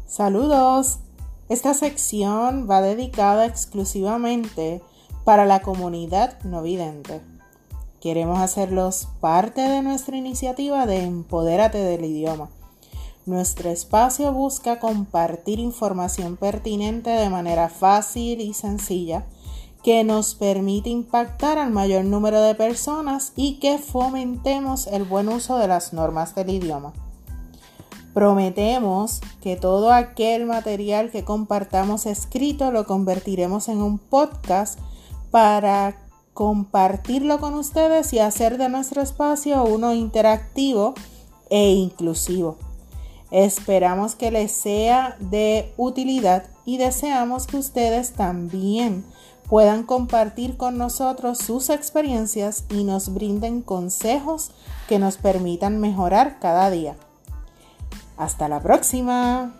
Saludos. Esta sección va dedicada exclusivamente para la comunidad no vidente. Queremos hacerlos parte de nuestra iniciativa de Empodérate del idioma. Nuestro espacio busca compartir información pertinente de manera fácil y sencilla que nos permite impactar al mayor número de personas y que fomentemos el buen uso de las normas del idioma. Prometemos que todo aquel material que compartamos escrito lo convertiremos en un podcast para compartirlo con ustedes y hacer de nuestro espacio uno interactivo e inclusivo. Esperamos que les sea de utilidad y deseamos que ustedes también puedan compartir con nosotros sus experiencias y nos brinden consejos que nos permitan mejorar cada día. ¡Hasta la próxima!